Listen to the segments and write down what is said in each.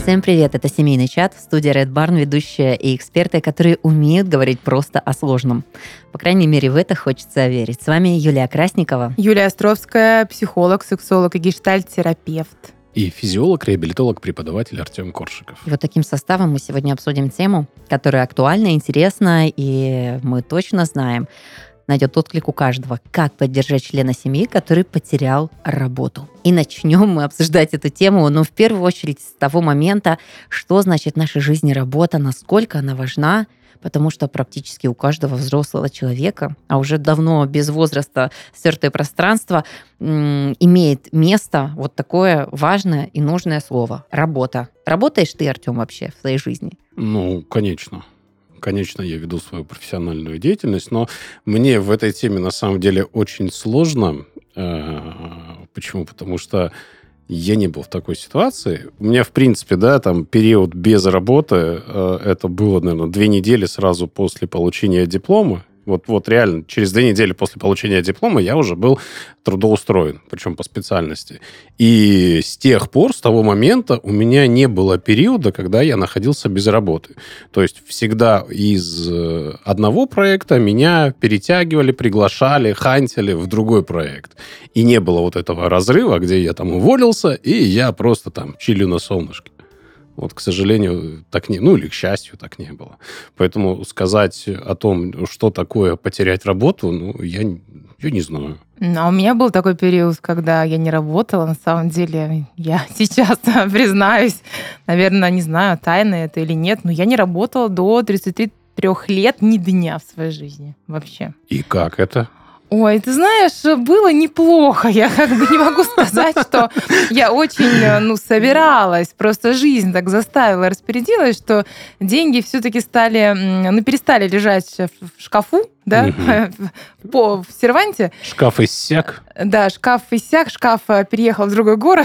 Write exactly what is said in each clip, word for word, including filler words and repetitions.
Всем привет, это «Семейный чат», в студии Red Barn, ведущие и эксперты, которые умеют говорить просто о сложном. По крайней мере, в это хочется верить. С вами Юлия Красникова. Юлия Островская, психолог, сексолог и гештальт-терапевт. И физиолог, реабилитолог, преподаватель Артем Коршиков. И вот таким составом мы сегодня обсудим тему, которая актуальна, интересна, и мы точно знаем, найдет отклик у каждого, как поддержать члена семьи, который потерял работу. И начнем мы обсуждать эту тему, но в первую очередь с того момента, что значит в нашей жизни работа, насколько она важна, потому что практически у каждого взрослого человека, а уже давно без возраста стертое пространство, м- имеет место вот такое важное и нужное слово – работа. Работаешь ты, Артем, вообще в своей жизни? Ну, конечно. Конечно, я веду свою профессиональную деятельность, но мне в этой теме на самом деле очень сложно. Почему? Потому что я не был в такой ситуации. У меня, в принципе, да, там период без работы, это было, наверное, две недели сразу после получения диплома. Вот, вот реально, через две недели после получения диплома я уже был трудоустроен, причем по специальности. И с тех пор, с того момента, у меня не было периода, когда я находился без работы. То есть всегда из одного проекта меня перетягивали, приглашали, хантили в другой проект. И не было вот этого разрыва, где я там уволился, и я просто там чилю на солнышке. Вот, к сожалению, так не... Ну, или к счастью, так не было. Поэтому сказать о том, что такое потерять работу, ну, я, я не знаю. А у меня был такой период, когда я не работала. На самом деле, я сейчас признаюсь, наверное, не знаю, тайна это или нет, но я не работала до тридцати трёх лет ни дня в своей жизни вообще. И как это? Ой, ты знаешь, было неплохо. Я как бы не могу сказать, что я очень, ну, собиралась. Просто жизнь так заставила, распорядилась, что деньги все-таки стали, ну, перестали лежать в шкафу, да, угу. по, в серванте. Шкаф иссяк. Да, шкаф иссяк, шкаф переехал в другой город.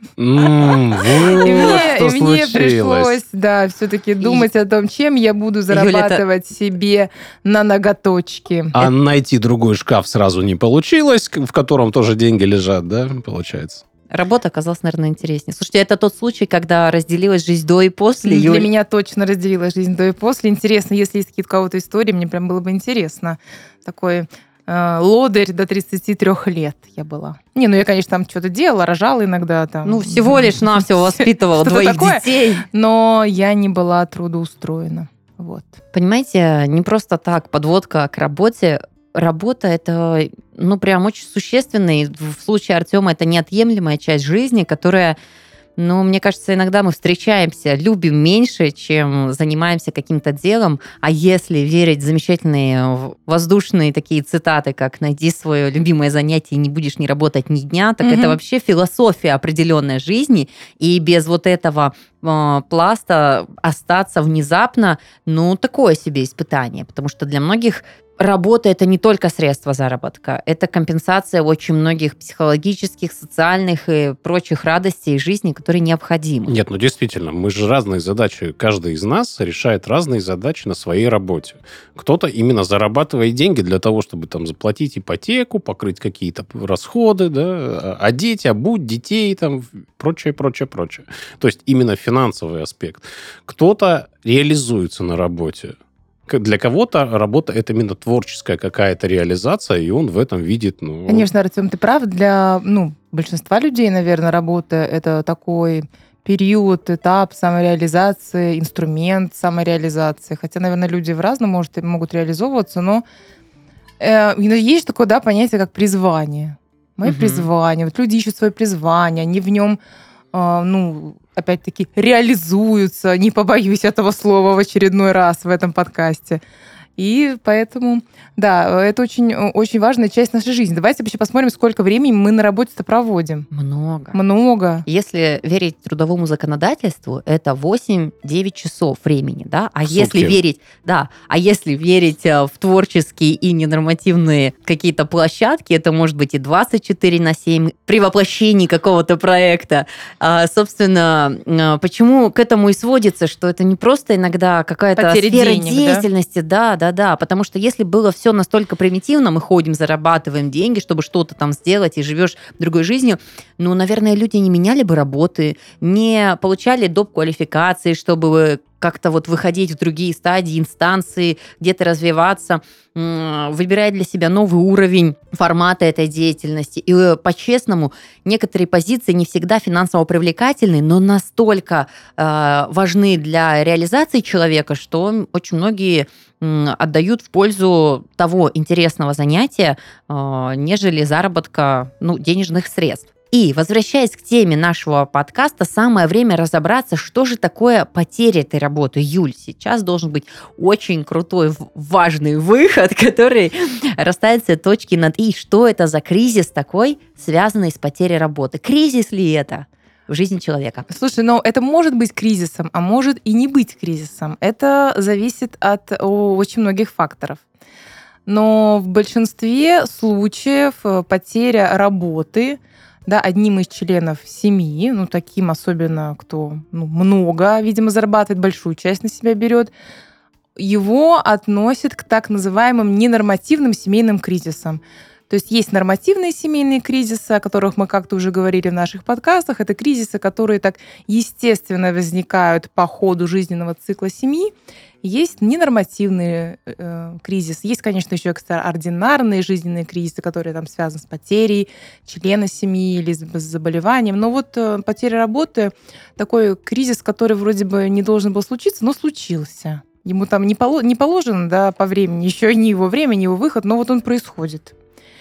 Mm, вот и мне, что и мне пришлось, да, все-таки думать и... о том, чем я буду зарабатывать Юля, себе на ноготочки. А это... найти другой шкаф сразу не получилось, в котором тоже деньги лежат, да, получается? Работа оказалась, наверное, интереснее. Слушайте, это тот случай, когда разделилась жизнь до и после? Для Юль... меня точно разделилась жизнь до и после. Интересно, если есть какие-то кого-то истории, мне прям было бы интересно. Такой э, лодырь до тридцати трёх лет я была. Не, ну я, конечно, там что-то делала, рожала иногда. Там, ну, всего лишь навсего воспитывала двоих такое, детей. Но я не была трудоустроена. Вот. Понимаете, не просто так подводка к работе. Работа – это, ну, прям очень существенная. В случае Артема это неотъемлемая часть жизни, которая, ну, мне кажется, иногда мы встречаемся, любим меньше, чем занимаемся каким-то делом. А если верить в замечательные воздушные такие цитаты, как «найди свое любимое занятие и не будешь не работать ни дня», так mm-hmm. это вообще философия определенной жизни. И без вот этого э, пласта остаться внезапно, ну, такое себе испытание. Потому что для многих работа – это не только средство заработка, это компенсация очень многих психологических, социальных и прочих радостей жизни, которые необходимы. Нет, ну действительно, мы же разные задачи, каждый из нас решает разные задачи на своей работе. Кто-то именно зарабатывает деньги для того, чтобы там заплатить ипотеку, покрыть какие-то расходы, да, одеть, обуть детей, там, прочее, прочее, прочее. То есть именно финансовый аспект. Кто-то реализуется на работе. Для кого-то работа – это именно творческая какая-то реализация, и он в этом видит... Ну... Конечно, Артем, ты прав. Для ну, большинства людей, наверное, работа – это такой период, этап самореализации, инструмент самореализации. Хотя, наверное, люди в разном может, могут реализовываться, но э, есть такое, да, понятие, как призвание. Мое угу. призвание. Вот люди ищут свое призвание, они в нем, э, ну... опять-таки, реализуются, не побоюсь этого слова в очередной раз в этом подкасте. И поэтому, да, это очень, очень важная часть нашей жизни. Давайте еще посмотрим, сколько времени мы на работе-то проводим. Много. Много. Если верить трудовому законодательству, это восемь-девять часов времени, да? А Сутки. если верить, да, а если верить в творческие и ненормативные какие-то площадки, это может быть и двадцать четыре на семь при воплощении какого-то проекта. А, собственно, почему к этому и сводится, что это не просто иногда какая-то потеря сфера денег, деятельности, да, да, да, да, потому что если было все настолько примитивно, мы ходим, зарабатываем деньги, чтобы что-то там сделать, и живешь другой жизнью, ну, наверное, люди не меняли бы работы, не получали доп. Квалификации, чтобы как-то вот выходить в другие стадии, инстанции, где-то развиваться, выбирать для себя новый уровень формата этой деятельности. И по-честному, некоторые позиции не всегда финансово привлекательны, но настолько э, важны для реализации человека, что очень многие э, отдают в пользу того интересного занятия, э, нежели заработка, ну, денежных средств. И, возвращаясь к теме нашего подкаста, самое время разобраться, что же такое потеря этой работы. Юль, сейчас должен быть очень крутой, важный выход, который расставит все точки над «и». Что это за кризис такой, связанный с потерей работы? Кризис ли это в жизни человека? Слушай, ну это может быть кризисом, а может и не быть кризисом. Это зависит от очень многих факторов. Но в большинстве случаев потеря работы, да, одним из членов семьи, ну, таким особенно, кто ну, много, видимо, зарабатывает, большую часть на себя берет, его относят к так называемым ненормативным семейным кризисам. То есть есть нормативные семейные кризисы, о которых мы как-то уже говорили в наших подкастах. Это кризисы, которые так естественно возникают по ходу жизненного цикла семьи. Есть ненормативный э, кризис. Есть, конечно, еще экстраординарные жизненные кризисы, которые там связаны с потерей члена семьи или с, с заболеванием. Но вот э, потеря работы — такой кризис, который вроде бы не должен был случиться, но случился. Ему там не, поло, не положено, да, по времени, еще не его время, не его выход, но вот он происходит.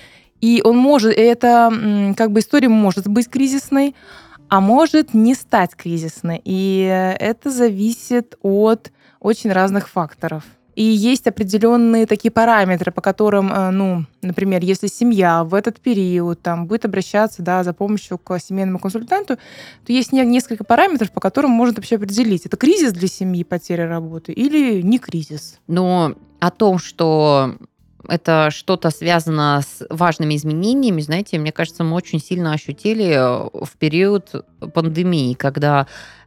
И он может, это как бы история может быть кризисной, а может не стать кризисной. И это зависит от очень разных факторов. И есть определенные такие параметры, по которым, ну, например, если семья в этот период там, будет обращаться, да, за помощью к семейному консультанту, то есть несколько параметров, по которым можно вообще определить, это кризис для семьи, потеря работы, или не кризис. Но о том, что это что-то связано с важными изменениями, знаете, мне кажется, мы очень сильно ощутили в период пандемии, когда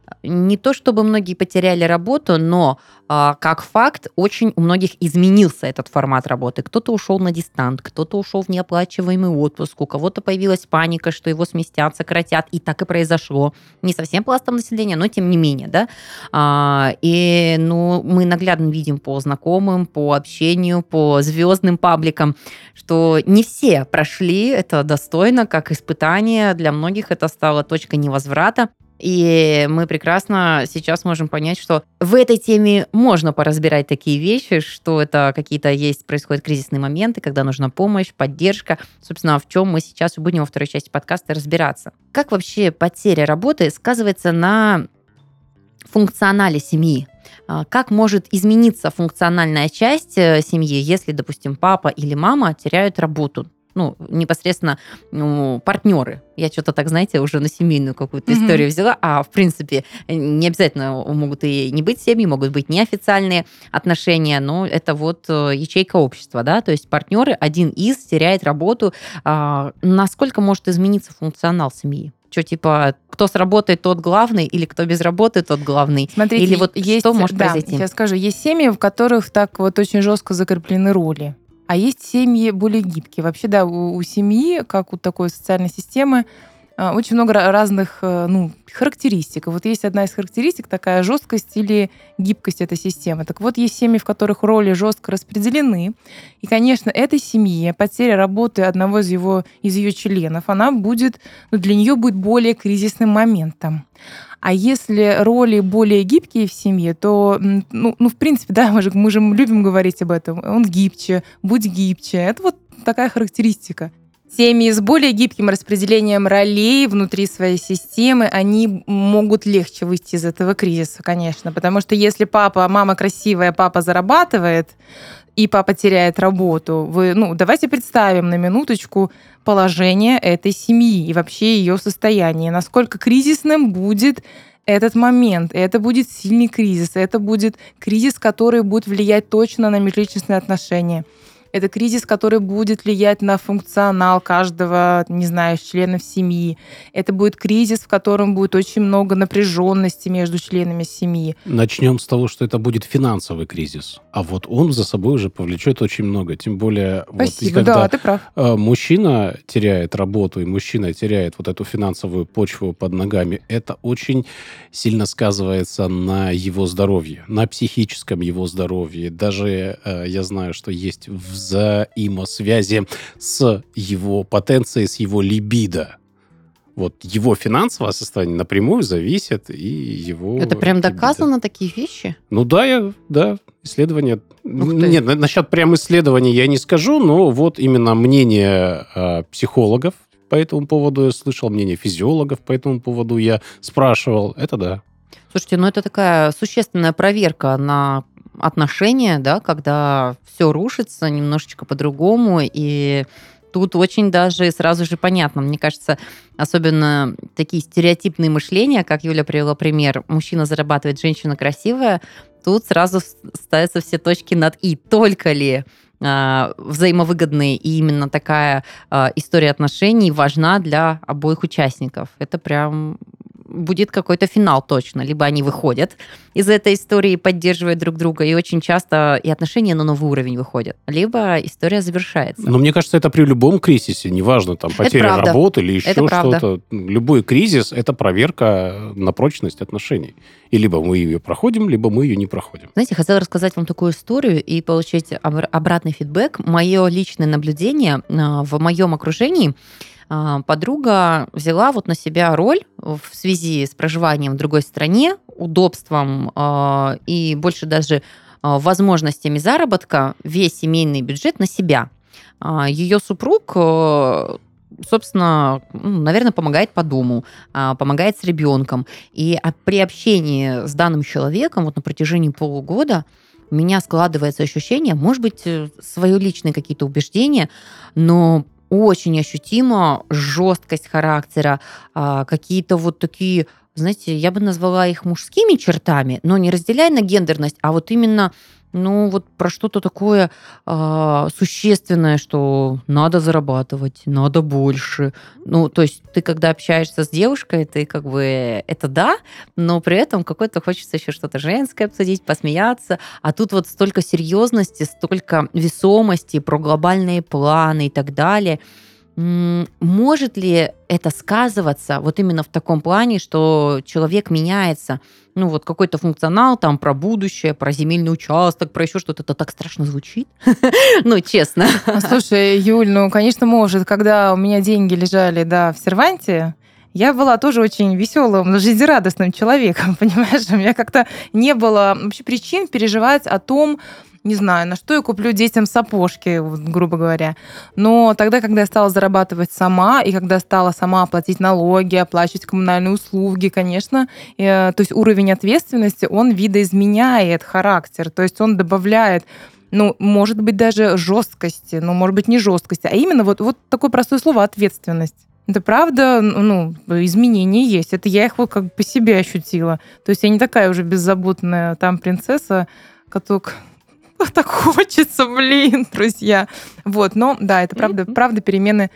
не то чтобы многие потеряли работу, но а, как факт очень у многих изменился этот формат работы. Кто-то ушел на дистант, кто-то ушел в неоплачиваемый отпуск, у кого-то появилась паника, что его сместят, сократят, и так и произошло. Не совсем пластом населения, но тем не менее, да. А, и ну, мы наглядно видим по знакомым, по общению, по звездным пабликам, что не все прошли это достойно, как испытание. Для многих это стало точкой невозврата. И мы прекрасно сейчас можем понять, что в этой теме можно поразбирать такие вещи, что это какие-то есть, происходят кризисные моменты, когда нужна помощь, поддержка. Собственно, в чем мы сейчас и будем во второй части подкаста разбираться. Как вообще потеря работы сказывается на функционале семьи? Как может измениться функциональная часть семьи, если, допустим, папа или мама теряют работу? Ну, непосредственно ну, партнеры. Я что-то так, знаете, уже на семейную какую-то mm-hmm. историю взяла. А, в принципе, не обязательно могут и не быть семьи, могут быть неофициальные отношения, но это вот ячейка общества, да, то есть партнеры, один из теряет работу. А, насколько может измениться функционал семьи? Что, типа, кто сработает, тот главный, или кто без работы, тот главный? Смотрите, или вот есть, что может да, произойти? Я скажу, есть семьи, в которых так вот очень жестко закреплены роли. А есть семьи более гибкие. Вообще, да, у, у семьи, как у такой социальной системы, очень много разных ну, характеристик. Вот есть одна из характеристик, такая жесткость или гибкость этой системы. Так вот, есть семьи, в которых роли жестко распределены. И, конечно, этой семье потеря работы одного из, его, из ее членов, она будет, ну, для нее будет более кризисным моментом. А если роли более гибкие в семье, то, ну, ну в принципе, да, мы же, мы же любим говорить об этом. Он гибче, будь гибче. Это вот такая характеристика. Семьи с более гибким распределением ролей внутри своей системы, они могут легче выйти из этого кризиса, конечно. Потому что если папа, мама красивая, папа зарабатывает, и папа теряет работу, вы, ну, давайте представим на минуточку положение этой семьи и вообще ее состояние, насколько кризисным будет этот момент. Это будет сильный кризис, это будет кризис, который будет влиять точно на межличностные отношения. Это кризис, который будет влиять на функционал каждого, не знаю, членов семьи. Это будет кризис, в котором будет очень много напряженности между членами семьи. Начнем с того, что это будет финансовый кризис. А вот он за собой уже повлечет очень много. Тем более, Спасибо, вот, когда да, ты прав. мужчина теряет работу, и мужчина теряет вот эту финансовую почву под ногами, это очень сильно сказывается на его здоровье, на психическом его здоровье. Даже э, я знаю, что есть взаимосвязи с его потенцией, с его либидо. Вот его финансовое состояние напрямую зависит и его... Это прям либидо. Доказано, такие вещи? Ну да, я, да, исследования... Нет, насчет прям исследований я не скажу, но вот именно мнение э, психологов по этому поводу я слышал, мнение физиологов по этому поводу я спрашивал. Это да. Слушайте, ну это такая существенная проверка на отношения, да, когда все рушится немножечко по-другому, и тут очень даже сразу же понятно. Мне кажется, особенно такие стереотипные мышления, как Юля привела пример, мужчина зарабатывает, женщина красивая, тут сразу ставятся все точки над «и». Только ли э, взаимовыгодные и именно такая э, история отношений важна для обоих участников. Это прям... будет какой-то финал точно. Либо они выходят из этой истории, поддерживают друг друга, и очень часто и отношения на новый уровень выходят. Либо история завершается. Но мне кажется, это при любом кризисе, неважно, там, потеря работы или еще это что-то. Любой кризис – это проверка на прочность отношений. И либо мы ее проходим, либо мы ее не проходим. Знаете, хотела рассказать вам такую историю и получить обратный фидбэк. Мое личное наблюдение в моем окружении – подруга взяла вот на себя роль в связи с проживанием в другой стране, удобством э, и больше даже э, возможностями заработка, весь семейный бюджет на себя. Э, ее супруг, э, собственно, ну, наверное, помогает по дому, э, помогает с ребенком. И при общении с данным человеком вот на протяжении полугода у меня складывается ощущение, может быть, свои личные какие-то убеждения, но очень ощутимо жесткость характера, какие-то вот такие, знаете, я бы назвала их мужскими чертами, но не разделяя на гендерность, а вот именно, ну, вот про что-то такое э, существенное, что надо зарабатывать, надо больше. Ну, то есть ты, когда общаешься с девушкой, ты как бы, это да, но при этом какой-то хочется еще что-то женское обсудить, посмеяться, а тут вот столько серьезности, столько весомости, про глобальные планы и так далее. Может ли это сказываться вот именно в таком плане, что человек меняется? Ну, вот какой-то функционал там про будущее, про земельный участок, про еще что-то. Это так страшно звучит. Ну, честно. Слушай, Юль, ну, конечно, может. Когда у меня деньги лежали, да, в серванте, я была тоже очень веселым, жизнерадостным человеком, понимаешь? У меня как-то не было вообще причин переживать о том, не знаю, на что я куплю детям сапожки, грубо говоря. Но тогда, когда я стала зарабатывать сама, и когда стала сама оплатить налоги, оплачивать коммунальные услуги, конечно, э, то есть уровень ответственности, он видоизменяет характер, то есть он добавляет, ну, может быть, даже жесткости, но, может быть, не жесткости, а именно вот, вот такое простое слово «ответственность». Это правда, ну, изменения есть. Это я их вот как бы по себе ощутила. То есть я не такая уже беззаботная там принцесса, которая... Так хочется, блин, друзья. Вот, но да, это правда, правда перемены,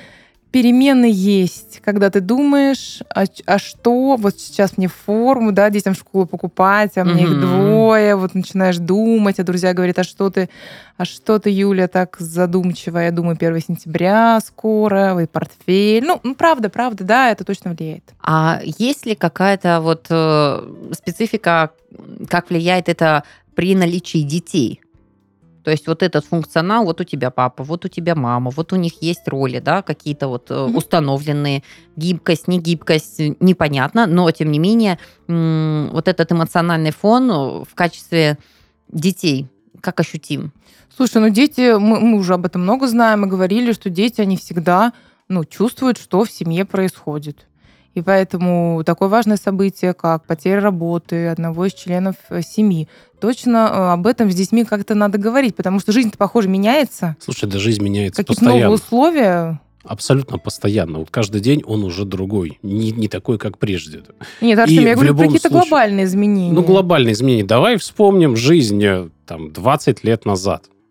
перемены есть, когда ты думаешь, а, а что, вот сейчас мне форму, да, детям в школу покупать, а мне mm-hmm. их двое, вот начинаешь думать, а друзья говорят, а что ты, а что ты, Юля, так задумчивая, я думаю, первого сентября скоро, и портфель. Ну, ну, правда, правда, да, это точно влияет. А есть ли какая-то вот э, специфика, как влияет это при наличии детей? То есть вот этот функционал, вот у тебя папа, вот у тебя мама, вот у них есть роли, да, какие-то вот mm-hmm. установленные, гибкость, не гибкость, непонятно, но тем не менее вот этот эмоциональный фон в качестве детей как ощутим? Слушай, ну дети, мы, мы уже об этом много знаем, мы говорили, что дети, они всегда, ну, чувствуют, что в семье происходит. И поэтому такое важное событие, как потеря работы одного из членов семьи, точно об этом с детьми как-то надо говорить, потому что жизнь-то, похоже, меняется. Слушай, да жизнь меняется какие-то постоянно. Новые условия. Абсолютно постоянно. Вот каждый день он уже другой, не, не такой, как прежде. Нет, а что, я говорю про какие-то случае, глобальные изменения. Ну, глобальные изменения. Давай вспомним жизнь там двадцать лет назад.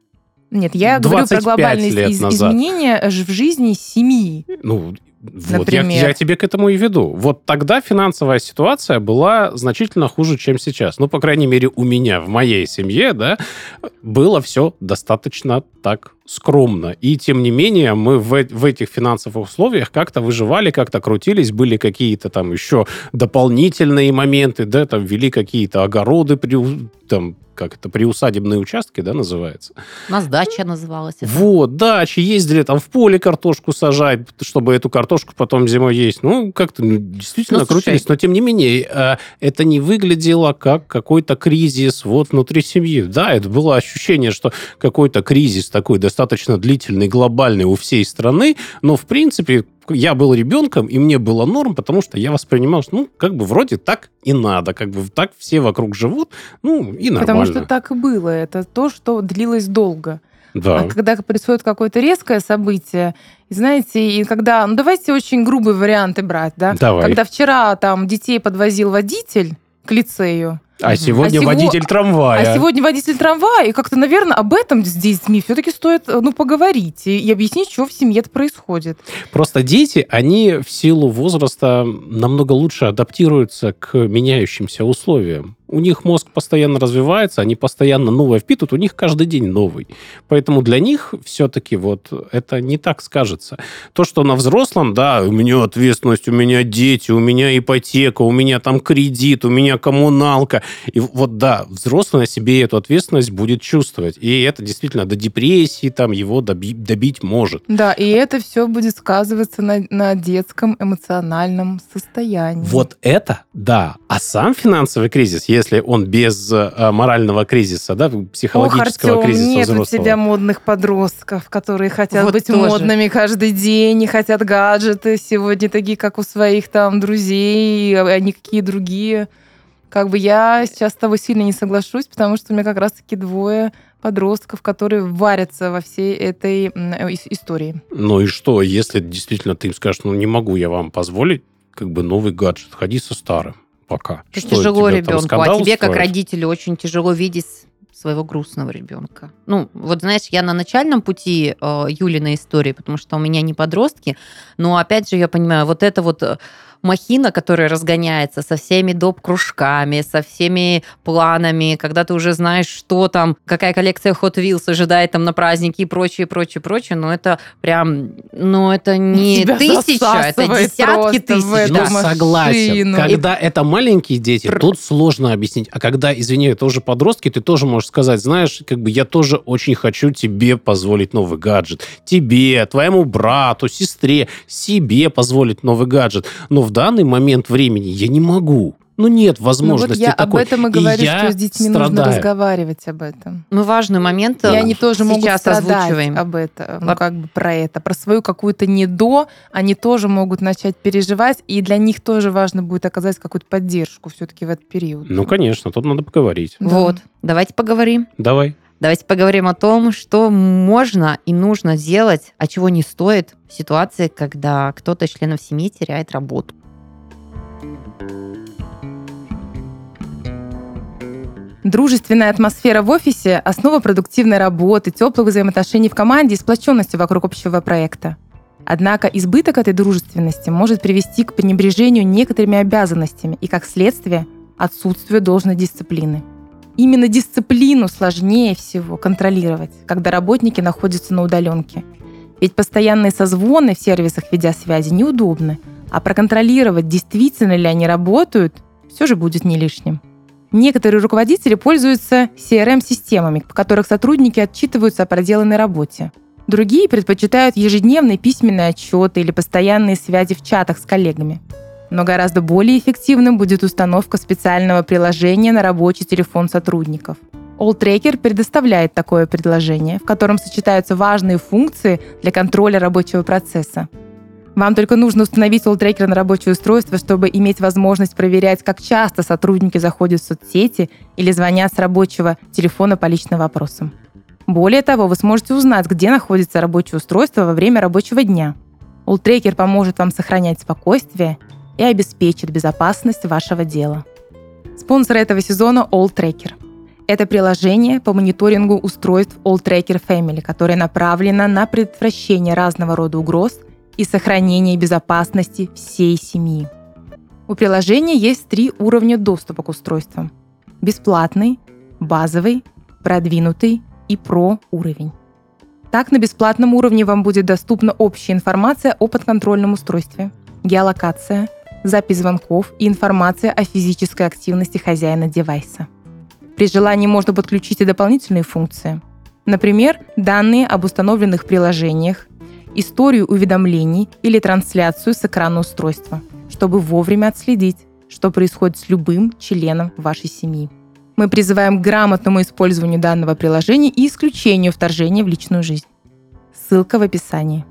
Нет, я говорю про глобальные из- изменения в жизни семьи. Ну, вот я, я тебе к этому и веду. Вот тогда финансовая ситуация была значительно хуже, чем сейчас. Ну, по крайней мере, у меня, в моей семье, да, было все достаточно так скромно. И, тем не менее, мы в, в этих финансовых условиях как-то выживали, как-то крутились, были какие-то там еще дополнительные моменты, да, там ввели какие-то огороды, при, там, как это, приусадебные участки, да, называется? У нас дача называлась. Это. Вот, дачи, ездили там в поле картошку сажать, чтобы эту картошку потом зимой есть. Ну, как-то ну, действительно ну, крутились. Но, тем не менее, это не выглядело как какой-то кризис вот внутри семьи. Да, это было ощущение, что какой-то кризис такой достаточно длительный, глобальный у всей страны, но, в принципе, я был ребенком, и мне было норм, потому что я воспринимал, что, ну, как бы вроде так и надо, как бы так все вокруг живут, ну, и нормально. Потому что так и было. Это то, что длилось долго. Да. А когда происходит какое-то резкое событие, и знаете, и когда... Ну, давайте очень грубые варианты брать, да? Давай. Когда вчера там детей подвозил водитель к лицею, А сегодня а водитель сего... трамвая. А сегодня водитель трамвая. И как-то, наверное, об этом с детьми все-таки стоит ну, поговорить и, и объяснить, что в семье-то происходит. Просто дети, они в силу возраста намного лучше адаптируются к меняющимся условиям. У них мозг постоянно развивается, они постоянно новое впитывают, у них каждый день новый. Поэтому для них все-таки вот это не так скажется. То, что на взрослом, да, у меня ответственность, у меня дети, у меня ипотека, у меня там кредит, у меня коммуналка. И вот да, взрослый на себе эту ответственность будет чувствовать. И это действительно до депрессии там его доби- добить может. Да, и это все будет сказываться на, на детском эмоциональном состоянии. Вот это, да. А сам финансовый кризис, если он без э, морального кризиса, да, психологического Ох, Артём, кризиса нет взрослого. у тебя модных подростков, которые хотят Вот быть тоже. модными каждый день, не хотят гаджеты сегодня такие, как у своих там друзей, а никакие другие. Как бы я сейчас с тобой сильно не соглашусь, потому что у меня как раз-таки двое подростков, которые варятся во всей этой истории. Ну и что, если действительно ты им скажешь, ну не могу я вам позволить как бы новый гаджет, ходи со старым пока. Это Что, тяжело тебе там ребенку, а скандал тебе, как устроить? родителю, очень тяжело видеть своего грустного ребенка. Ну, вот знаешь, я на начальном пути э, Юлиной истории, потому что у меня не подростки, но опять же я понимаю, вот это вот махина, которая разгоняется со всеми доп-кружками, со всеми планами, когда ты уже знаешь, что там, какая коллекция Hot Wheels ожидает там на праздники и прочее, прочее, прочее, но это прям, ну это не Тебя тысяча, это десятки тысяч. Ну, машину. согласен. Когда это маленькие дети, Пр- тут сложно объяснить. А когда, извини, это уже подростки, ты тоже можешь сказать, знаешь, как бы я тоже очень хочу тебе позволить новый гаджет. Тебе, твоему брату, сестре, себе позволить новый гаджет. Но в данный момент времени я не могу. Ну, нет возможности ну, вот я такой. об этом и говорю, И я что с детьми страдаю. нужно разговаривать об этом. Мы важный момент И они тоже могут сейчас страдать озвучиваем. об этом, ну, как бы про это, про свою какую-то недо, они тоже могут начать переживать, и для них тоже важно будет оказать какую-то поддержку все-таки в этот период. Ну, конечно, тут надо поговорить. Да. Вот, давайте поговорим. Давай. Давайте поговорим о том, что можно и нужно делать, а чего не стоит в ситуации, когда кто-то из членов семьи теряет работу. Дружественная атмосфера в офисе – основа продуктивной работы, теплых взаимоотношений в команде и сплоченности вокруг общего проекта. Однако избыток этой дружественности может привести к пренебрежению некоторыми обязанностями и, как следствие, отсутствию должной дисциплины. Именно дисциплину сложнее всего контролировать, когда работники находятся на удаленке. Ведь постоянные созвоны в сервисах видеосвязи неудобны, а проконтролировать, действительно ли они работают, все же будет не лишним. Некоторые руководители пользуются си эр эм-системами, по которых сотрудники отчитываются о проделанной работе. Другие предпочитают ежедневные письменные отчеты или постоянные связи в чатах с коллегами. Но гораздо более эффективным будет установка специального приложения на рабочий телефон сотрудников. AllTracker предоставляет такое предложение, в котором сочетаются важные функции для контроля рабочего процесса. Вам только нужно установить AllTracker на рабочее устройство, чтобы иметь возможность проверять, как часто сотрудники заходят в соцсети или звонят с рабочего телефона по личным вопросам. Более того, вы сможете узнать, где находится рабочее устройство во время рабочего дня. AllTracker поможет вам сохранять спокойствие и обеспечит безопасность вашего дела. Спонсор этого сезона AllTracker. Это приложение по мониторингу устройств AllTracker Family, которое направлено на предотвращение разного рода угроз и сохранение безопасности всей семьи. У приложения есть три уровня доступа к устройствам. Бесплатный, базовый, продвинутый и про уровень. Так, на бесплатном уровне вам будет доступна общая информация о подконтрольном устройстве, геолокация, запись звонков и информация о физической активности хозяина девайса. При желании можно подключить и дополнительные функции. Например, данные об установленных приложениях, историю уведомлений или трансляцию с экрана устройства, чтобы вовремя отследить, что происходит с любым членом вашей семьи. Мы призываем к грамотному использованию данного приложения и исключению вторжения в личную жизнь. Ссылка в описании.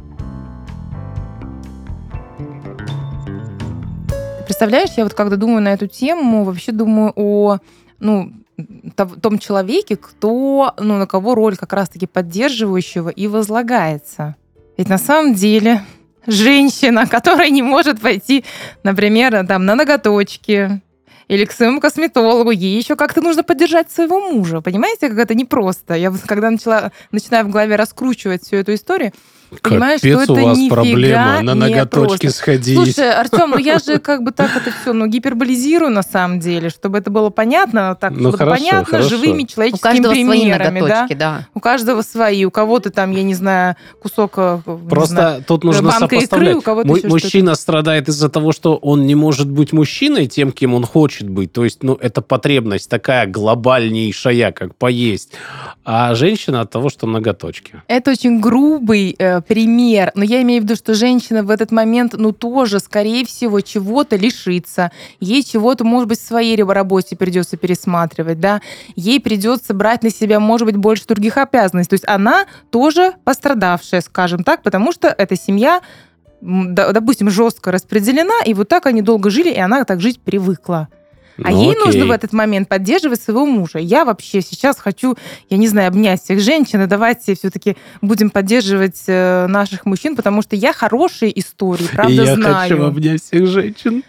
Ты представляешь, я вот когда думаю на эту тему, вообще думаю о ну, том человеке, кто, ну, на кого роль как раз-таки поддерживающего и возлагается. Ведь на самом деле женщина, которая не может пойти, например, там, на ноготочки, или к своему косметологу, ей еще как-то нужно поддержать своего мужа. Понимаете, как это непросто? Я вот когда начала, начинаю в голове раскручивать всю эту историю, понимаю, что это у вас нифига проблема, на не ноготочки просто. сходить. Слушай, Артем, ну я же как бы так это все ну, гиперболизирую на самом деле, чтобы это было понятно, так, ну, чтобы хорошо, понятно хорошо. живыми У человеческими каждого свои примерами. ноготочки, Да? да. У каждого свои. У кого-то там, я не знаю, кусок Просто не знаю, тут нужно банка сопоставлять. икры, у кого-то Му- еще мужчина страдает из-за того, что он не может быть мужчиной тем, кем он хочет быть. То есть, ну, это потребность такая глобальнейшая, как поесть. А женщина от того, что ноготочки. Это очень грубый э, пример, но я имею в виду, что женщина в этот момент, ну, тоже, скорее всего, чего-то лишится. Ей чего-то, может быть, в своей работе придется пересматривать, да. Ей придется брать на себя, может быть, больше других обязанностей. То есть она тоже пострадавшая, скажем так, потому что эта семья, допустим, жестко распределена, и вот так они долго жили, и она так жить привыкла. А Ну, ей окей. нужно в этот момент поддерживать своего мужа. Я вообще сейчас хочу, я не знаю, обнять всех женщин, и давайте все-таки будем поддерживать э, наших мужчин, потому что я хорошие истории, правда, И я знаю. хочу обнять всех женщин.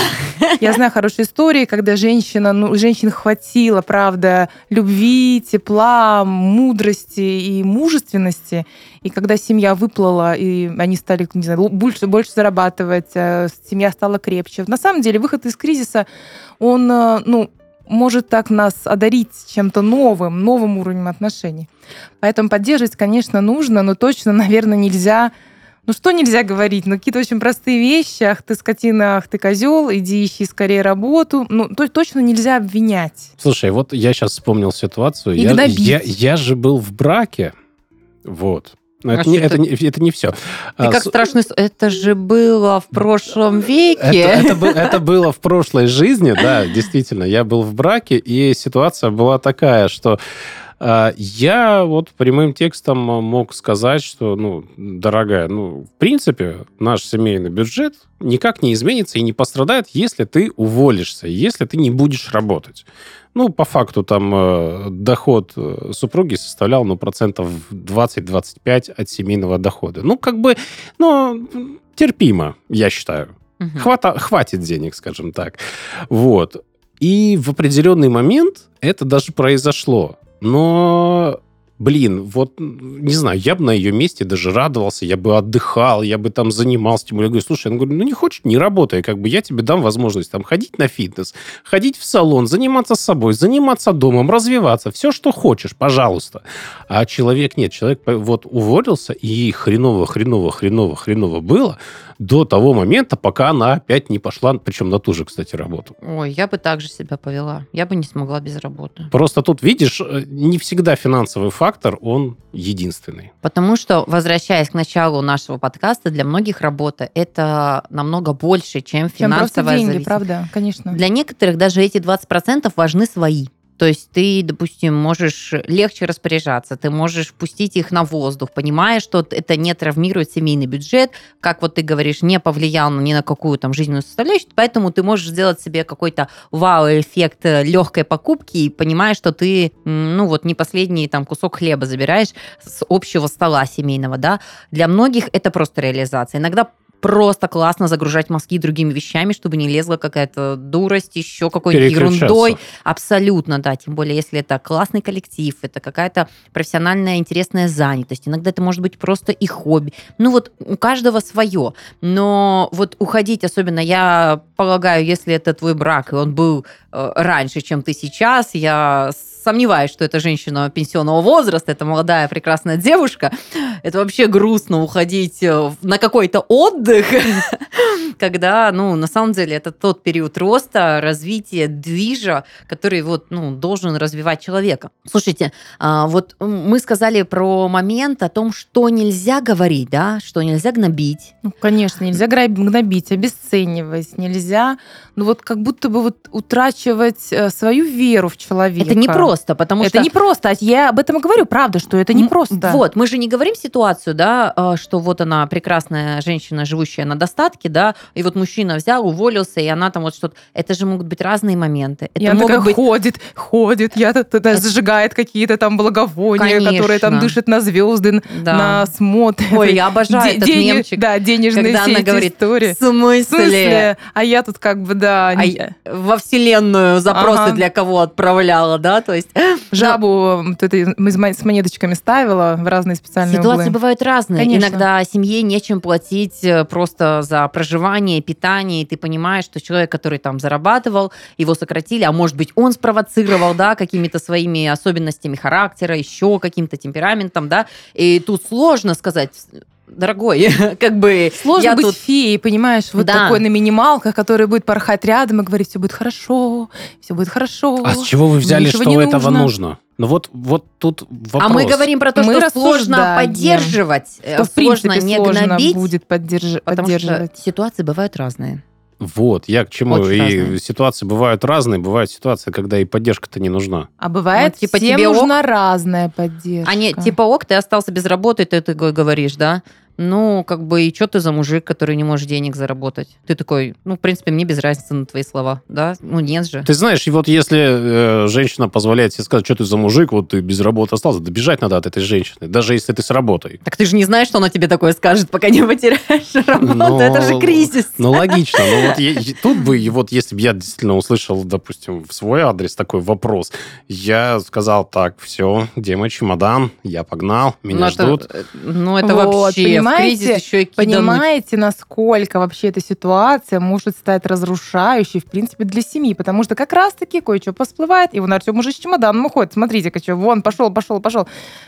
Я знаю хорошие истории, когда женщина, ну, женщин хватило, правда, любви, тепла, мудрости и мужественности. И когда семья выплыла, и они стали, не знаю, больше, больше зарабатывать, семья стала крепче. На самом деле выход из кризиса, он, ну, может так нас одарить чем-то новым, новым уровнем отношений. Поэтому поддерживать, конечно, нужно, но точно, наверное, нельзя... Ну что нельзя говорить? Ну какие-то очень простые вещи. Ах, ты скотина, ах, ты козел, иди ищи скорее работу. Ну то, точно нельзя обвинять. Слушай, вот я сейчас вспомнил ситуацию. И Я, гнобить. я, я же был в браке. Вот. Но А это, не, что это, ты- не, это не все. И как страшно... с- Это же было в прошлом веке. Это, это, был- это было в прошлой жизни, да, действительно. Я был в браке, и ситуация была такая, что э, я вот прямым текстом мог сказать, что, ну, дорогая, ну, в принципе, наш семейный бюджет никак не изменится и не пострадает, если ты уволишься, если ты не будешь работать. Ну, по факту, там э, доход э, супруги составлял, ну, процентов двадцать-двадцать пять от семейного дохода. Ну, как бы, ну, терпимо, я считаю. Мгм. Хвата- хватит денег, скажем так. Вот. И в определенный момент это даже произошло. Но, блин, вот, не знаю, я бы на ее месте даже радовался, я бы отдыхал, я бы там занимался. Тем более, я говорю, слушай, я говорю, ну не хочешь, не работай, как бы я тебе дам возможность там ходить на фитнес, ходить в салон, заниматься собой, заниматься домом, развиваться, все, что хочешь, пожалуйста. А человек нет, человек вот уволился, и ей хреново, хреново, хреново, хреново было до того момента, пока она опять не пошла, причем на ту же, кстати, работу. Ой, я бы так же себя повела. Я бы не смогла без работы. Просто тут, видишь, не всегда финансовый фактор, он единственный. Потому что, возвращаясь к началу нашего подкаста, для многих работа – это намного больше, чем Чем просто финансовая деньги, зависимость. правда, конечно. Для некоторых даже эти двадцать процентов важны свои. То есть ты, допустим, можешь легче распоряжаться, ты можешь пустить их на воздух, понимая, что это не травмирует семейный бюджет, как вот ты говоришь, не повлиял ни на какую там жизненную составляющую, поэтому ты можешь сделать себе какой-то вау-эффект легкой покупки и понимаешь, что ты, ну вот, не последний там кусок хлеба забираешь с общего стола семейного, да. Для многих это просто реализация. Иногда просто классно загружать мозги другими вещами, чтобы не лезла какая-то дурость, еще какой-нибудь ерундой. Абсолютно, да. Тем более, если это классный коллектив, это какая-то профессиональная интересная занятость. Иногда это может быть просто и хобби. Ну вот у каждого свое. Но вот уходить, особенно, я полагаю, если это твой брак, и он был э, раньше, чем ты сейчас, я сомневаюсь, что это женщина пенсионного возраста, это молодая прекрасная девушка. Это вообще грустно уходить на какой-то отдых, когда, ну, на самом деле, это тот период роста, развития, движа, который вот, ну, должен развивать человека. Слушайте, вот мы сказали про момент о том, что нельзя говорить, да, что нельзя гнобить. Ну, конечно, нельзя гнобить, обесценивать, нельзя, ну, вот как будто бы вот утрачивать свою веру в человека. Это не просто, потому это что... Это не просто, я об этом и говорю, правда, что это не просто. Вот, мы же не говорим ситуацию, да, что вот она прекрасная женщина, живущая на достатке, да, и вот мужчина взял, уволился, и она там вот что-то... Это же могут быть разные моменты. Это и она такая быть... ходит, ходит, я это... зажигает какие-то там благовония, Конечно. которые там дышат на звезды, да. на смотр. Ой, я обожаю Д- этот дени... мемчик. Да, денежные когда все она эти говорит, истории. В смысле? В смысле? А я тут как бы, да... А не... Во Вселенную запросы ага. для кого отправляла, да, то есть... Жабу Но... с монеточками ставила в разные специальные Ситуации углы. бывают разные. Конечно. Иногда семье нечем платить просто за проживание, питание, и ты понимаешь, что человек, который там зарабатывал, его сократили, а может быть, он спровоцировал, да, какими-то своими особенностями характера, еще каким-то темпераментом, да, и тут сложно сказать... Дорогой, как бы... Сложно я быть тут... феей, понимаешь, вот да. такой на минималках, который будет порхать рядом и говорить, все будет хорошо, все будет хорошо. А с чего вы взяли, что этого нужно? нужно? Ну вот, вот тут вопрос. А мы говорим про то, мы что сложно поддерживать, что, в сложно принципе, не сложно гнобить, будет поддерж... потому поддерживать. что ситуации бывают разные. Вот, я к чему. Очень и разные. Ситуации бывают разные, бывают ситуации, когда и поддержка-то не нужна. А бывает, ну, типа, всем тебе нужна ок? разная поддержка. А не, типа, ок, ты остался без работы, ты такой говоришь, да? Ну, как бы, и что ты за мужик, который не можешь денег заработать? Ты такой, ну, в принципе, мне без разницы на твои слова, да? Ну, нет же. Ты знаешь, и вот если э, женщина позволяет себе сказать, что ты за мужик, вот ты без работы остался, да бежать надо от этой женщины, даже если ты с работой. Так ты же не знаешь, что она тебе такое скажет, пока не потеряешь работу. Но, Это же кризис. Ну, логично. Но вот я, тут бы, вот если бы я действительно услышал, допустим, в свой адрес такой вопрос, я сказал, так, все, где мой чемодан? Я погнал, меня ну, ждут. Это, ну, это вот, вообще... Кризис еще и понимаете, насколько вообще эта ситуация может стать разрушающей, в принципе, для семьи, потому что как раз-таки кое-что посплывает, и вон Артем уже с чемоданом уходит. Смотрите-ка, что, вон, пошел, пошел, пошел.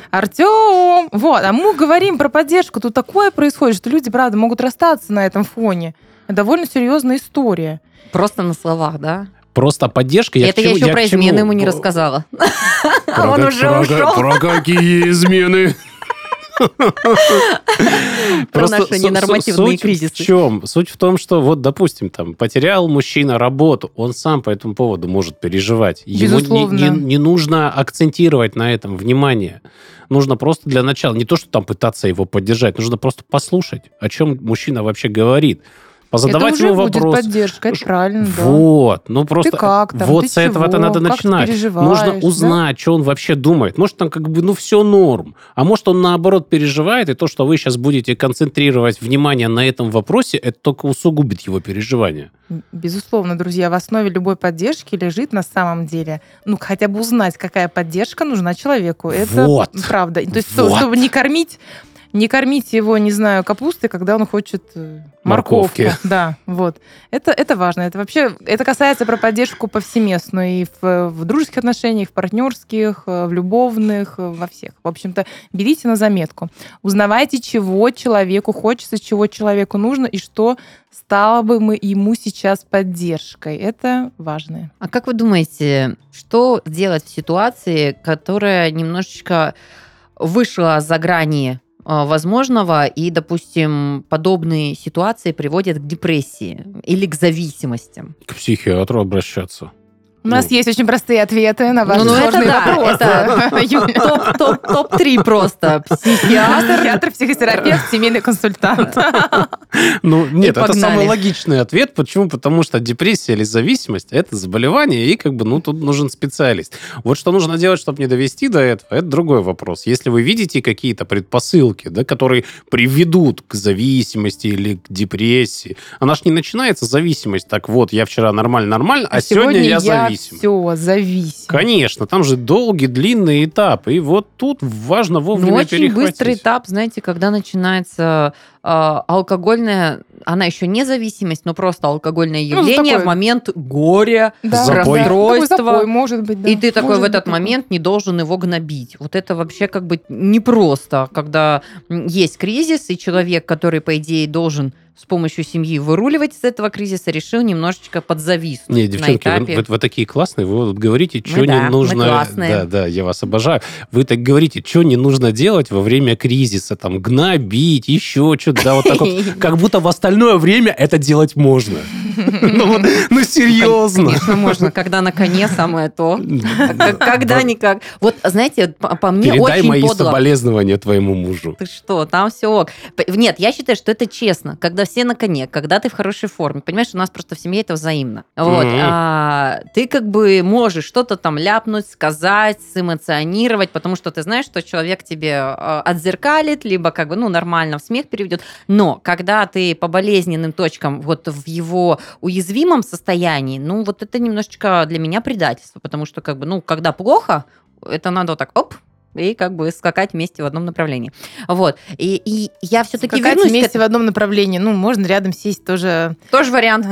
Артем! Вот, а мы говорим про поддержку. Тут такое происходит, что люди, правда, могут расстаться на этом фоне. Это довольно серьезная история. Просто на словах, да? Просто поддержка. Я это я еще про измены ему не рассказала. Он уже ушел. Про какие измены? Про наши ненормативные кризисы. В чем? Суть в том, что вот, допустим, там потерял мужчина работу, он сам по этому поводу может переживать. Безусловно. Ему не, не, не нужно акцентировать на этом внимание. Нужно просто для начала, не то, что там пытаться его поддержать, нужно просто послушать, о чем мужчина вообще говорит. Позадавать это уже ему будет вопрос. поддержка, это правильно, да. Вот, ну просто ты как там, вот ты с этого-то чего? надо Как начинать. ты переживаешь, Нужно узнать, да? что он вообще думает. Может, там как бы, ну, все норм. А может, он наоборот переживает, и то, что вы сейчас будете концентрировать внимание на этом вопросе, это только усугубит его переживания. Безусловно, друзья, в основе любой поддержки лежит на самом деле, ну, хотя бы узнать, какая поддержка нужна человеку. Это вот. правда. То есть, вот. чтобы не кормить Не кормить его, не знаю, капустой, когда он хочет морковки. Морковки. Да, вот. Это, это важно. Это вообще, это касается про поддержку повсеместную и в, в дружеских отношениях, в партнерских, в любовных, во всех. В общем-то, берите на заметку. Узнавайте, чего человеку хочется, чего человеку нужно и что стало бы мы ему сейчас поддержкой. Это важно. А как вы думаете, что делать в ситуации, которая немножечко вышла за грани возможного, и, допустим, подобные ситуации приводят к депрессии или к зависимостям? К психиатру обращаться. У нас Ну. есть очень простые ответы на ваши Ну, ну, это сложные да, вопросы. это Юля. топ- топ- топ-три просто. Психиатр. Психиатр, психотерапевт, семейный консультант. Ну, нет, это погнали. самый логичный ответ. Почему? Потому что депрессия или зависимость – это заболевание, и как бы, ну, тут нужен специалист. Вот что нужно делать, чтобы не довести до этого, это другой вопрос. Если вы видите какие-то предпосылки, да, которые приведут к зависимости или к депрессии, она ж не начинается зависимость. Так вот, я вчера нормально-нормально, а, сегодня, я зависим. все, зависим. Конечно, там же долгий, длинный этап. И вот тут важно вовремя Ну, очень перехватить. быстрый этап, знаете, когда начинается э, алкогольная, она еще не зависимость, но просто алкогольное Ну, явление такое- в момент горя, Да, Запой. да. Такой расстройства. запой, может быть, да. И ты такой Может в этот быть, такой. момент не должен его гнобить. Вот это вообще как бы непросто, когда м, есть кризис, и человек, который, по идее, должен с помощью семьи выруливать из этого кризиса, решил немножечко подзависнуть Не, на девчонки, вы, этапе. вы- вы такие классные, вы вот говорите, что Мы да, не мы нужно... классные. Да, да, я вас обожаю. Вы так говорите, что не нужно делать во время кризиса, там, гнобить, еще что-то, да, вот так вот. Как будто в остальное время это делать можно. Ну, вот, ну, серьезно. Конечно, можно, когда на коне самое то. К- Когда никак. Вот, знаете, по по мне Передай очень мои подло. соболезнования твоему мужу. Ты что, там все ок. П- Нет, я считаю, что это честно, когда все на коне, когда ты в хорошей форме. Понимаешь, у нас просто в семье это взаимно. Вот. Мгм. А, ты как бы можешь что-то там ляпнуть, сказать, сэмоционировать, потому что ты знаешь, что человек тебе а, отзеркалит, либо как бы, ну, нормально в смех переведет. Но когда ты по болезненным точкам вот в его уязвимом состоянии, ну, вот это немножечко для меня предательство, потому что как бы, ну, когда плохо, это надо вот так, оп, и как бы скакать вместе в одном направлении. Вот. И, и я все-таки Скакать вернусь к вместе этому. в одном направлении. Ну, можно рядом сесть тоже. Тоже вариант.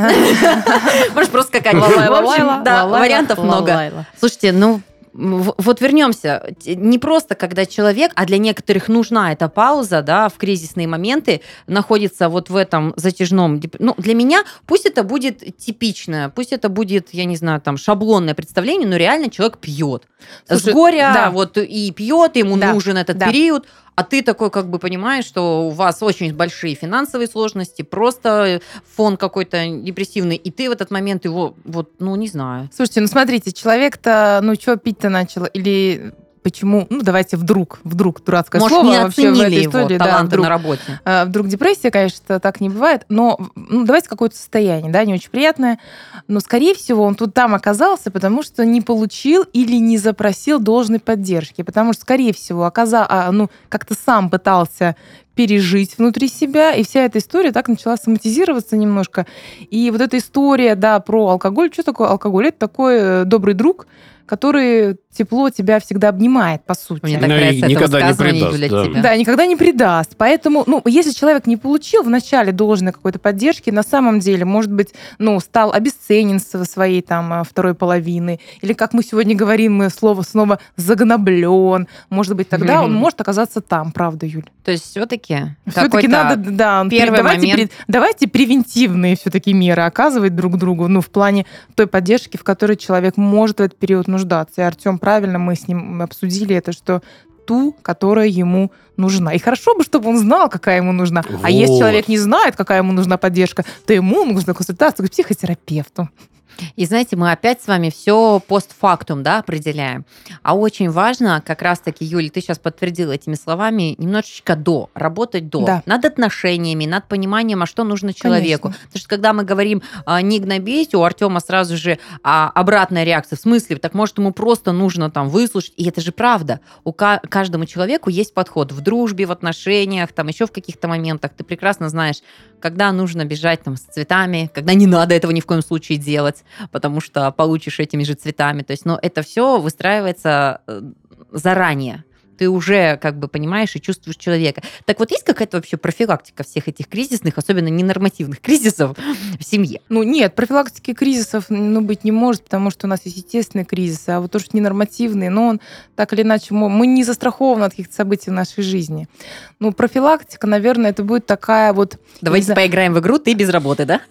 Можешь просто скакать. В общем, да, вариантов много. Слушайте, ну, в- вот вернемся. Т- Не просто, когда человек, а для некоторых нужна эта пауза, да, в кризисные моменты, находится вот в этом затяжном... деп- Ну, для меня пусть это будет типичное, пусть это будет, я не знаю, там, шаблонное представление, но реально человек пьет. С Слушай, горя да. вот и пьет, ему Да, нужен этот да. период, а ты такой как бы понимаешь, что у вас очень большие финансовые сложности, просто фон какой-то депрессивный, и ты в этот момент его, вот, ну, не знаю. Слушайте, ну смотрите, человек-то, ну что пить-то начал? Или почему, ну давайте вдруг, вдруг дурацкое Может, слово не вообще в оценили этой его истории, да, таланты вдруг, на работе. а, вдруг депрессия, конечно, так не бывает, но ну, давайте какое-то состояние, да, не очень приятное, но, скорее всего, он тут там оказался, потому что не получил или не запросил должной поддержки, потому что, скорее всего, оказа... а, ну, как-то сам пытался пережить внутри себя, и вся эта история так начала соматизироваться немножко. И вот эта история, да, про алкоголь, что такое алкоголь? Это такой э, добрый друг, который тепло тебя всегда обнимает, по сути. Мне так Ну, и нравится это никогда не высказывание, предаст, Юля, да. тебя. Да, никогда не предаст. Поэтому, ну, если человек не получил вначале должной какой-то поддержки, на самом деле, может быть, ну, стал обесценен со своей там э, второй половины, или, как мы сегодня говорим, мы слово снова загноблен, может быть, тогда он может оказаться там, правда, Юль? То есть все-таки Все-таки надо, да, первый давайте, момент. пре- давайте превентивные все-таки меры оказывать друг другу, ну, в плане той поддержки, в которой человек может в этот период нуждаться. И Артем, правильно, мы с ним обсудили это, что ту, которая ему нужна. И хорошо бы, чтобы он знал, какая ему нужна. А если Вот. человек не знает, какая ему нужна поддержка, то ему нужна консультация к психотерапевту. И знаете, мы опять с вами все постфактум, да, определяем. А очень важно, как раз-таки, Юля, ты сейчас подтвердила этими словами, немножечко до, работать до. Да. Над отношениями, над пониманием, а что нужно человеку. Конечно. Потому что когда мы говорим а, не гнобить, у Артема сразу же а, обратная реакция. В смысле, так может ему просто нужно там выслушать. И это же правда. У ка- каждому человеку есть подход в дружбе, в отношениях, там еще в каких-то моментах. Ты прекрасно знаешь, когда нужно бежать там с цветами, когда не надо этого ни в коем случае делать, потому что получишь этими же цветами. То есть, но это все выстраивается э, заранее. Ты уже как бы понимаешь и чувствуешь человека. Так вот, есть какая-то вообще профилактика всех этих кризисных, особенно ненормативных кризисов в семье? Ну, нет, профилактики кризисов ну, быть не может, потому что у нас есть естественные кризисы, а вот то, что ненормативные, но он так или иначе, мы мы не застрахованы от каких-то событий в нашей жизни. Ну, профилактика, наверное, это будет такая вот... Давайте не знаю, поиграем в игру «Ты без работы», да?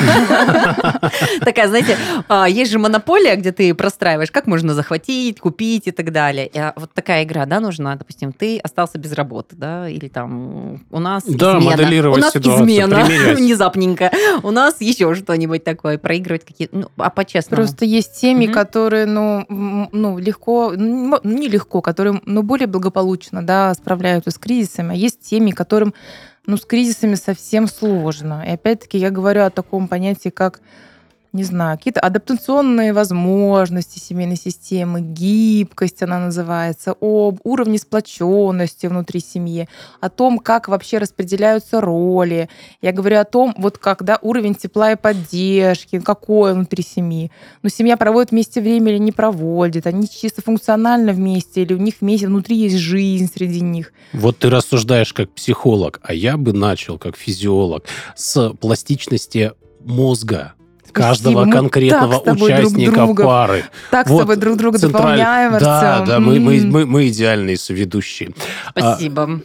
Такая, знаете, а, есть же монополия, где ты простраиваешь, как можно захватить, купить и так далее. И, а, Вот такая игра, да, нужна? сложно, допустим, ты остался без работы, да, или там у нас Да, измена. моделировать У нас ситуацию, измена примерять. внезапненько. У нас еще что-нибудь такое, проигрывать какие-то... Ну, а по-честному. Просто есть семьи, Мгм. которые, ну, м, ну, легко, ну, не легко, которые, ну, более благополучно, да, справляются с кризисами. А есть семьи, которым, ну, с кризисами совсем сложно. И опять-таки я говорю о таком понятии, как, не знаю, какие-то адаптационные возможности семейной системы, гибкость она называется, об уровне сплоченности внутри семьи, о том, как вообще распределяются роли. Я говорю о том, вот когда уровень тепла и поддержки, какой внутри семьи. Ну, семья проводит вместе время или не проводит, они чисто функционально вместе, или у них вместе внутри есть жизнь среди них. Вот ты рассуждаешь как психолог, а я бы начал как физиолог с пластичности мозга каждого Мы конкретного так с тобой друг участника друга- пары. Так Вот с тобой друг друга централь- дополняем, Да, Артём. да, мы, мы, М. мы, мы идеальные соведущие. Спасибо.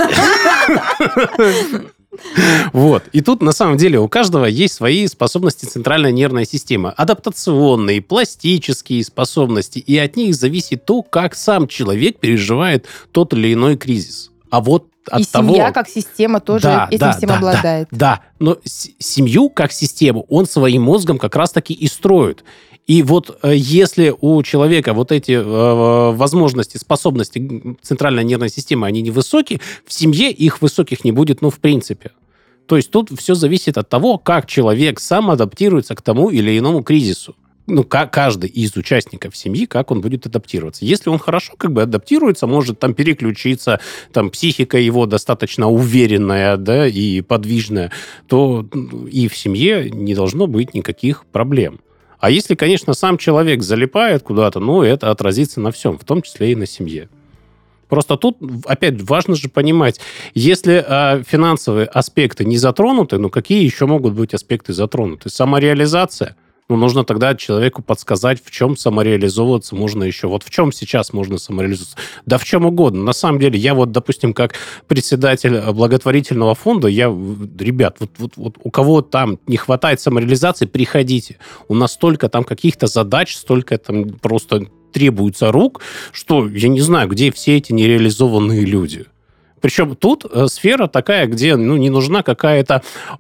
Вот. И тут, на самом деле, у каждого есть свои способности центральной нервной системы. Адаптационные, пластические способности. И от них зависит то, как сам человек переживает тот или иной кризис. А вот от И того... семья как система тоже Да, этим да, всем да, обладает. Да, но с- семью как систему он своим мозгом как раз-таки и строит. И вот э, если у человека вот эти э, возможности, способности г- центральной нервной системы, они невысокие, в семье их высоких не будет, ну, в принципе. То есть тут все зависит от того, как человек сам адаптируется к тому или иному кризису. Ну, ка- каждый из участников семьи, как он будет адаптироваться. Если он хорошо как бы адаптируется, может там переключиться, там психика его достаточно уверенная, да, и подвижная, то ну, и в семье не должно быть никаких проблем. А если, конечно, сам человек залипает куда-то, ну, это отразится на всем, в том числе и на семье. Просто тут, опять, важно же понимать, если э, финансовые аспекты не затронуты, ну, какие еще могут быть аспекты затронуты? Самореализация. Ну, нужно тогда человеку подсказать, в чем самореализовываться можно еще. Вот в чем сейчас можно самореализоваться? Да в чем угодно. На самом деле, я вот, допустим, как председатель благотворительного фонда, я, ребят, вот, вот, вот у кого там не хватает самореализации, приходите. У нас столько там каких-то задач, столько там просто требуется рук, что я не знаю, где все эти нереализованные люди. Причем тут э, сфера такая, где ну, не нужна какая-то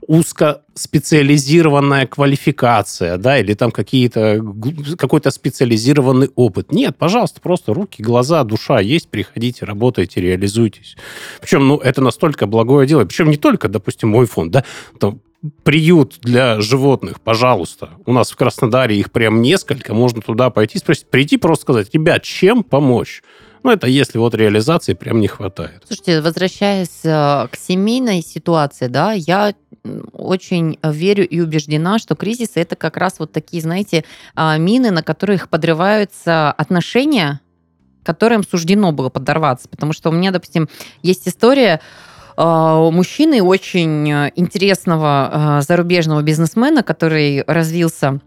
узкоспециализированная квалификация, да, или там какие-то, какой-то специализированный опыт. Нет, пожалуйста, просто руки, глаза, душа есть, приходите, работайте, реализуйтесь. Причем, ну, это настолько благое дело. Причем не только, допустим, мой фонд, да, там, приют для животных, пожалуйста. У нас в Краснодаре их прям несколько, можно туда пойти, спросить, прийти, просто сказать, ребят, чем помочь? Ну, это если вот реализации прям не хватает. Слушайте, возвращаясь э, к семейной ситуации, да, я м, очень верю и убеждена, что кризисы это как раз вот такие, знаете, а, мины, на которых подрываются отношения, которым суждено было подорваться. Потому что у меня, допустим, есть история а, у мужчины очень интересного а, зарубежного бизнесмена, который развился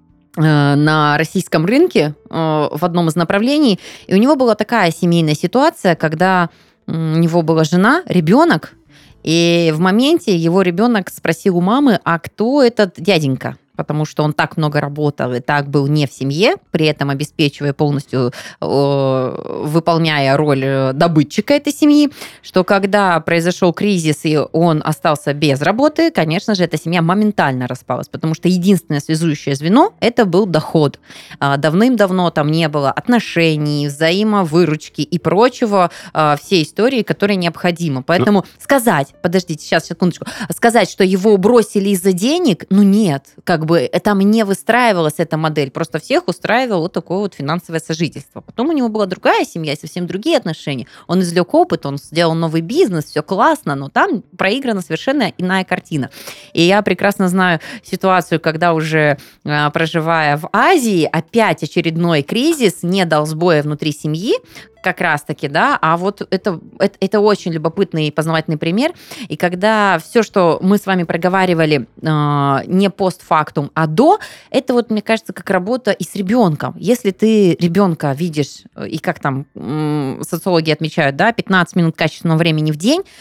на российском рынке в одном из направлений. И у него была такая семейная ситуация, когда у него была жена, ребенок, и в моменте его ребенок спросил у мамы, а кто этот дяденька? Потому что он так много работал и так был не в семье, при этом обеспечивая полностью, э, выполняя роль добытчика этой семьи, что когда произошел кризис и он остался без работы, конечно же, эта семья моментально распалась, потому что единственное связующее звено – это был доход. А давным-давно там не было отношений, взаимовыручки и прочего, а, всей истории, которая необходима. Поэтому ну, сказать, подождите, сейчас, секундочку, сказать, что его бросили из-за денег, ну нет, как бы там не выстраивалась эта модель, просто всех устраивало вот такое вот финансовое сожительство. Потом у него была другая семья, совсем другие отношения. Он извлек опыт, он сделал новый бизнес, все классно, но там проиграна совершенно иная картина. И я прекрасно знаю ситуацию, когда уже проживая в Азии, опять очередной кризис не дал сбоя внутри семьи, как раз-таки, да, а вот это, это, это очень любопытный и познавательный пример. И когда все, что мы с вами проговаривали э, не постфактум, а до, это вот, мне кажется, как работа и с ребенком. Если ты ребенка видишь, и как там м, социологи отмечают, да, пятнадцать минут качественного времени в день,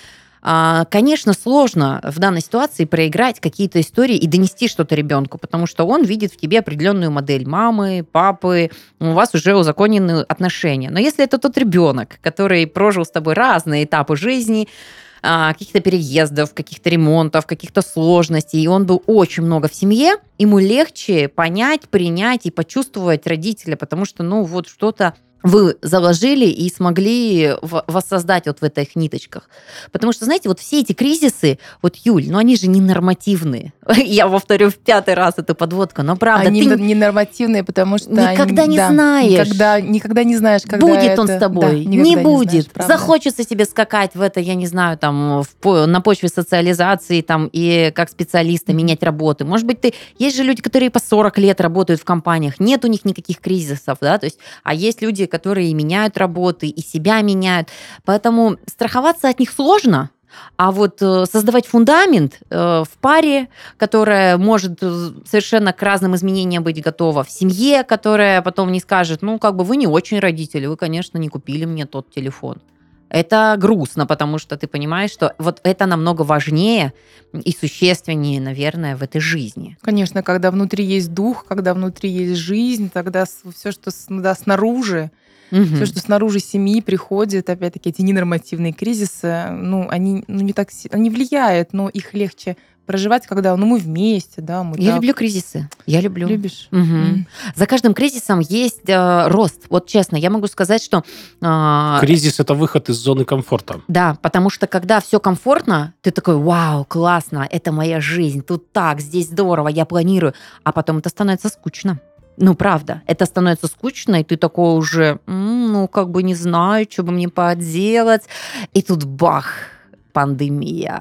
Конечно, сложно в данной ситуации проиграть какие-то истории и донести что-то ребенку, потому что он видит в тебе определенную модель мамы, папы, у вас уже узаконены отношения. Но если это тот ребенок, который прожил с тобой разные этапы жизни, каких-то переездов, каких-то ремонтов, каких-то сложностей, и он был очень много в семье, ему легче понять, принять и почувствовать родителя, потому что, ну, вот что-то вы заложили и смогли воссоздать вот в этих ниточках. Потому что, знаете, вот все эти кризисы, вот, Юль, ну они же не нормативные. Я повторю в пятый раз эту подводку, но правда... Они ты не нормативные, потому что... Никогда они, не да, знаешь. Никогда, никогда не знаешь, когда будет это... он с тобой, Да, не будет. Не знаешь, захочется себе скакать в это, я не знаю, там, в, на почве социализации там, и как специалиста mm-hmm. менять работы. Может быть, ты... Есть же люди, которые по сорок лет работают в компаниях, нет у них никаких кризисов, да, то есть, а есть люди, которые меняют работы, и себя меняют. Поэтому страховаться от них сложно, а вот создавать фундамент в паре, которая может совершенно к разным изменениям быть готова, в семье, которая потом не скажет, ну, как бы вы не очень родители, вы, конечно, не купили мне тот телефон. Это грустно, потому что ты понимаешь, что вот это намного важнее и существеннее, наверное, в этой жизни. Конечно, когда внутри есть дух, когда внутри есть жизнь, тогда все, что да, снаружи, угу. все, что снаружи семьи приходит, опять-таки, эти ненормативные кризисы, ну, они ну, не так они влияют, но их легче проживать, когда ну, мы вместе, да, мы Я так... люблю кризисы. Я люблю. Любишь? Угу. Mm. За каждым кризисом есть э, рост. Вот честно, я могу сказать, что... Э, Кризис – это выход из зоны комфорта. Да, потому что когда все комфортно, ты такой, вау, классно, это моя жизнь, тут так, здесь здорово, я планирую. А потом это становится скучно. Ну, правда, это становится скучно, и ты такой уже, м-м, ну, как бы не знаю, что бы мне поделать. И тут бах, пандемия.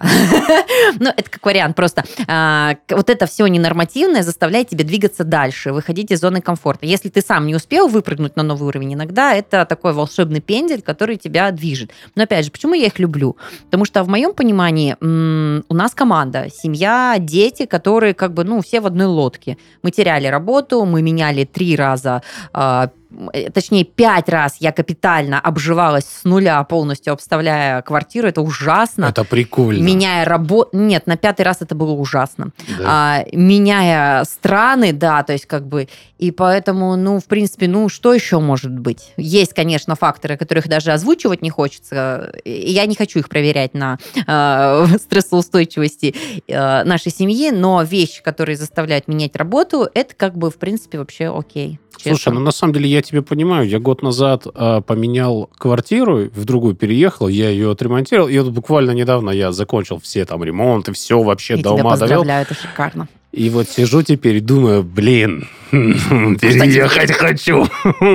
Ну, это как вариант просто. А, вот это все ненормативное заставляет тебя двигаться дальше, выходить из зоны комфорта. Если ты сам не успел выпрыгнуть на новый уровень, иногда это такой волшебный пендель, который тебя движет. Но опять же, почему я их люблю? Потому что в моем понимании м- у нас команда, семья, дети, которые как бы, ну, все в одной лодке. Мы теряли работу, мы меняли три раза а, точнее, пять раз я капитально обживалась с нуля, полностью обставляя квартиру. Это ужасно. Это прикольно. Меняя работу... Нет, на пятый раз это было ужасно. Да. А, меняя страны, да, то есть как бы... И поэтому, ну, в принципе, ну, что еще может быть? Есть, конечно, факторы, которых даже озвучивать не хочется. И я не хочу их проверять на э, стрессоустойчивости э, нашей семьи, но вещи, которые заставляют менять работу, это как бы, в принципе, вообще окей. Честно. Слушай, ну на самом деле я тебя понимаю. Я год назад э, поменял квартиру, в другую переехал, я ее отремонтировал, и вот буквально недавно я закончил все там ремонты, все вообще я до ума довел. Я тебя поздравляю, это шикарно. И вот сижу теперь и думаю, блин, переехать хочу.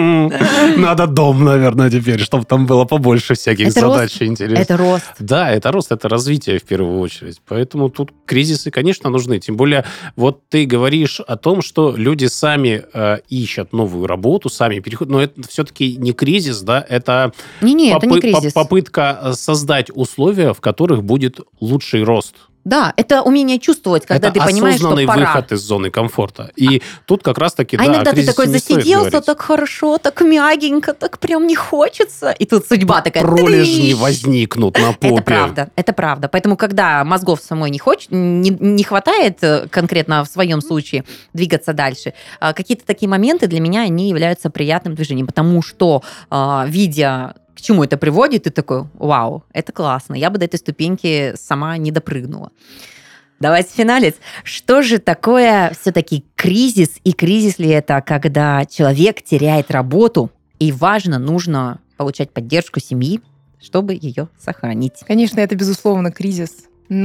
Надо дом, наверное, теперь, чтобы там было побольше всяких это задач рост, интересных. Это рост. Да, это рост, это развитие в первую очередь. Поэтому тут кризисы, конечно, нужны. Тем более, вот ты говоришь о том, что люди сами э, ищут новую работу, сами переходят. Но это все-таки не кризис, да, это, не, не, попы- это не кризис. попытка создать условия, в которых будет лучший рост. Да, это умение чувствовать, когда это ты понимаешь, что пора. Это осознанный выход из зоны комфорта. И а, тут как раз-таки, а да, иногда ты такой засиделся, так хорошо, так мягенько, так прям не хочется. И тут судьба такая... Пролежни возникнут на попе. Это правда, это правда. Поэтому, когда мозгов самой не, хоч... не, не хватает конкретно в своем случае двигаться дальше, какие-то такие моменты для меня, они являются приятным движением, потому что, видя... к чему это приводит, ты такой, вау, это классно, я бы до этой ступеньки сама не допрыгнула. Давайте финалить. Что же такое все-таки кризис, и кризис ли это, когда человек теряет работу, и важно, нужно получать поддержку семьи, чтобы ее сохранить? Конечно, это, безусловно, кризис,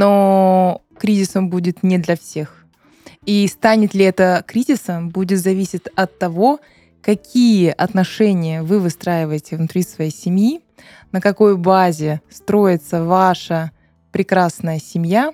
но кризисом будет не для всех. И станет ли это кризисом, будет зависеть от того, какие отношения вы выстраиваете внутри своей семьи, на какой базе строится ваша прекрасная семья.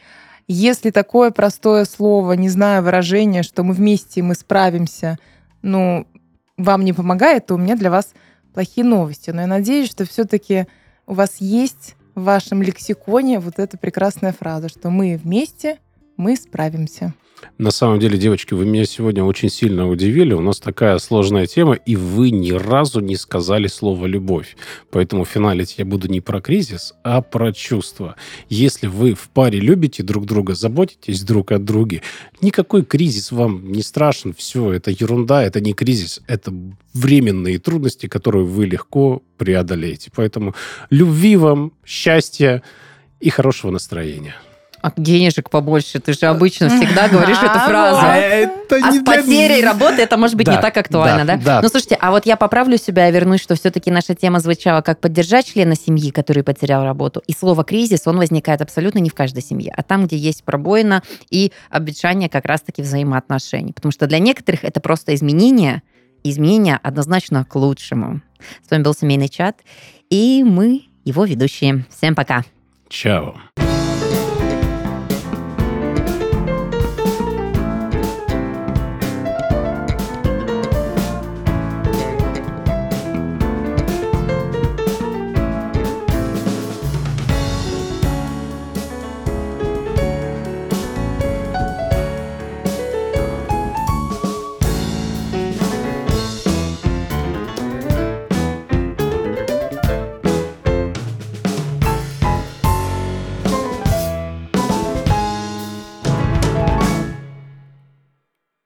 Если такое простое слово, не знаю, выражение, что мы вместе, мы справимся, ну, вам не помогает, то у меня для вас плохие новости. Но я надеюсь, что все-таки у вас есть в вашем лексиконе вот эта прекрасная фраза, что мы вместе, мы справимся. На самом деле, девочки, вы меня сегодня очень сильно удивили. У нас такая сложная тема, и вы ни разу не сказали слово «любовь». Поэтому финалить я буду не про кризис, а про чувства. Если вы в паре любите друг друга, заботитесь друг о друге, никакой кризис вам не страшен. Все, это ерунда, это не кризис, это временные трудности, которые вы легко преодолеете. Поэтому любви вам, счастья и хорошего настроения. А денежек побольше. Ты же обычно всегда говоришь эту фразу. А это А не с для- потерей работы это может быть Да, не так актуально, да, да? да. Ну, слушайте, а вот я поправлю себя и вернусь, что все-таки наша тема звучала как поддержать члена семьи, который потерял работу. И слово «кризис», он возникает абсолютно не в каждой семье, а там, где есть пробоина и обветшание как раз-таки взаимоотношений. Потому что для некоторых это просто изменения, изменения однозначно к лучшему. С вами был «Семейный чат», и мы его ведущие. Всем пока! Чао.